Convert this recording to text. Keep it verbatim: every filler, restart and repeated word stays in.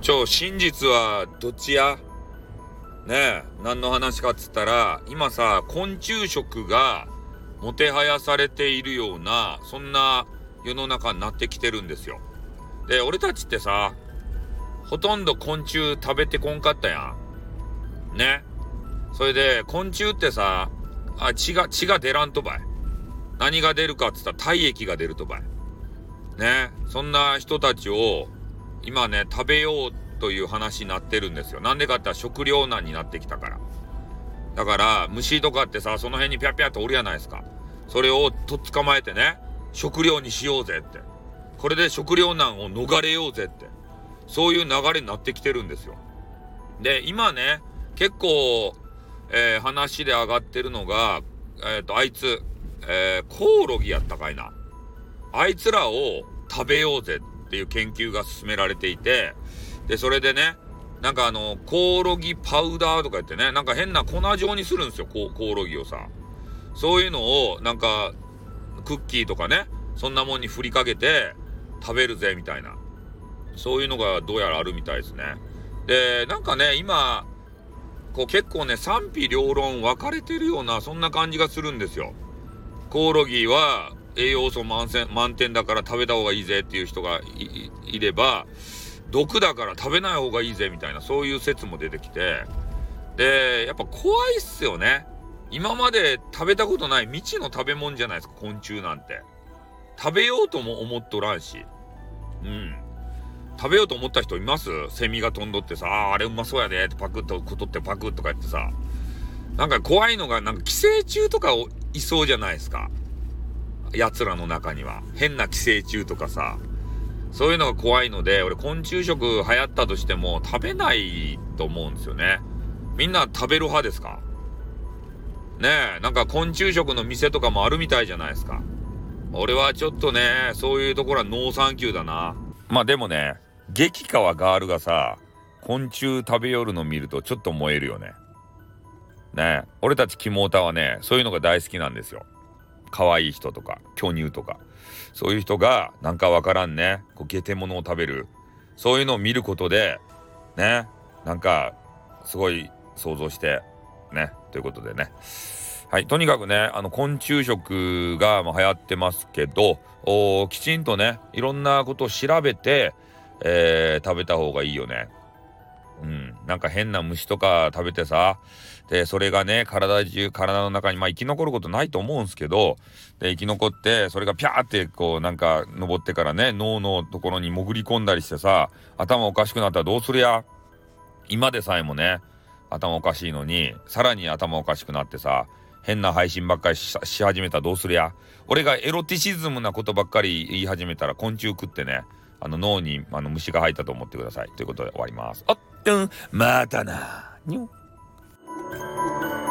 ちょ真実はどっちやねえ、何の話かっつったら、今さ昆虫食がもてはやされているような、そんな世の中になってきてるんですよ。で、俺たちってさ、ほとんど昆虫食べてこんかったやんね。それで昆虫ってさ、あ血が血が出らんとばい。何が出るかっつったら体液が出るとばいね。そんな人たちを今ね食べようという話になってるんですよ。なんでかって言ったら食糧難になってきたから。だから虫とかってさ、その辺にピャピャっとおるやないですか。それをとっ捕まえてね、食料にしようぜって、これで食糧難を逃れようぜって、そういう流れになってきてるんですよ。で今ね結構、えー、話で上がってるのが、えっとあいつ、えー、コオロギやったかいな、あいつらを食べようぜっていう研究が進められていて、でそれでね、なんかあのコオロギパウダーとか言ってね、なんか変な粉状にするんですよ、コオロギをさ。そういうのをなんかクッキーとかね、そんなもんに振りかけて食べるぜみたいな、そういうのがどうやらあるみたいですね。でなんかね今こう結構ね賛否両論分かれてるような、そんな感じがするんですよ。コオロギは栄養素満点満点だから食べた方がいいぜっていう人が い, い, いれば、毒だから食べない方がいいぜみたいな、そういう説も出てきて、でやっぱ怖いっすよね。今まで食べたことない未知の食べ物じゃないですか、昆虫なんて。食べようとも思っとらんし、うん食べようと思った人います？セミが飛んどってさ、あ, あれうまそうやでってパクッとことってパクッとか言ってさ、なんか怖いのがなんか寄生虫とかいそうじゃないですか、奴らの中には。変な寄生虫とかさ、そういうのが怖いので、俺昆虫食流行ったとしても食べないと思うんですよね。みんな食べる派ですかね。えなんか昆虫食の店とかもあるみたいじゃないですか。俺はちょっとねそういうところはノーサンキューだな。まあでもね、激川ガールがさ昆虫食べよるの見るとちょっと燃えるよね。ねえ、俺たちキモータはねそういうのが大好きなんですよ。可愛い人とか巨乳とか、そういう人がなんかわからんね、こうゲテモノを食べる、そういうのを見ることでね、なんかすごい想像してね、ということでね、はい、とにかくねあの昆虫食がまあ流行ってますけど、おきちんとねいろんなことを調べて、えー、食べた方がいいよね。うん、なんか変な虫とか食べてさ、でそれがね体中体の中にまあ生き残ることないと思うんすけど、で生き残ってそれがピャーってこうなんか登ってからね脳のところに潜り込んだりしてさ、頭おかしくなったらどうするや。今でさえもね頭おかしいのにさらに頭おかしくなってさ、変な配信ばっかり し, し始めたらどうするや。俺がエロティシズムなことばっかり言い始めたら昆虫食ってね、あの脳にあの虫が入ったと思ってくださいということで終わります。あっ、うん、またなにょ。